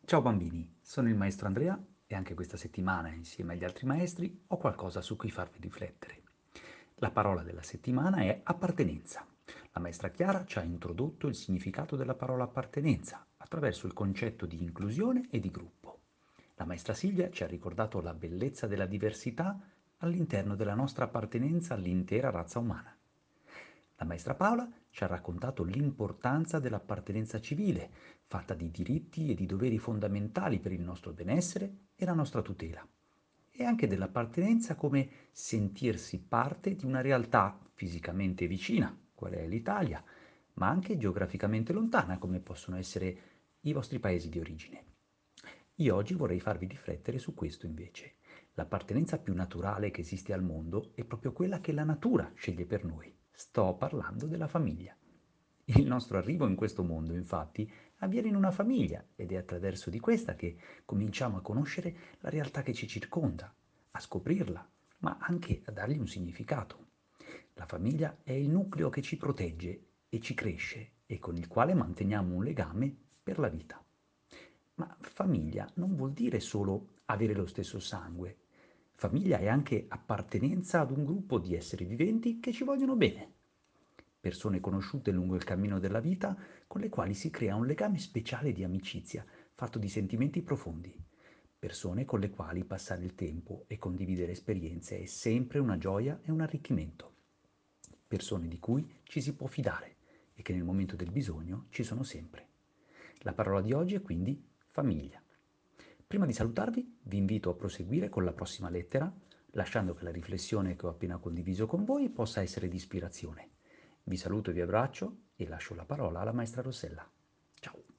Ciao bambini, sono il maestro Andrea e anche questa settimana, insieme agli altri maestri, ho qualcosa su cui farvi riflettere. La parola della settimana è appartenenza. La maestra Chiara ci ha introdotto il significato della parola appartenenza attraverso il concetto di inclusione e di gruppo. La maestra Silvia ci ha ricordato la bellezza della diversità all'interno della nostra appartenenza all'intera razza umana. La maestra Paola ci ha raccontato l'importanza dell'appartenenza civile, fatta di diritti e di doveri fondamentali per il nostro benessere e la nostra tutela, e anche dell'appartenenza come sentirsi parte di una realtà fisicamente vicina, qual è l'Italia, ma anche geograficamente lontana, come possono essere i vostri paesi di origine. Io oggi vorrei farvi riflettere su questo invece. L'appartenenza più naturale che esiste al mondo è proprio quella che la natura sceglie per noi. Sto parlando della famiglia. Il nostro arrivo in questo mondo, infatti, avviene in una famiglia ed è attraverso di questa che cominciamo a conoscere la realtà che ci circonda, a scoprirla, ma anche a dargli un significato. La famiglia è il nucleo che ci protegge e ci cresce e con il quale manteniamo un legame per la vita. Ma famiglia non vuol dire solo avere lo stesso sangue. Famiglia è anche appartenenza ad un gruppo di esseri viventi che ci vogliono bene. Persone conosciute lungo il cammino della vita con le quali si crea un legame speciale di amicizia, fatto di sentimenti profondi. Persone con le quali passare il tempo e condividere esperienze è sempre una gioia e un arricchimento. Persone di cui ci si può fidare e che nel momento del bisogno ci sono sempre. La parola di oggi è quindi famiglia. Prima di salutarvi, vi invito a proseguire con la prossima lettera, lasciando che la riflessione che ho appena condiviso con voi possa essere di ispirazione. Vi saluto e vi abbraccio e lascio la parola alla maestra Rossella. Ciao!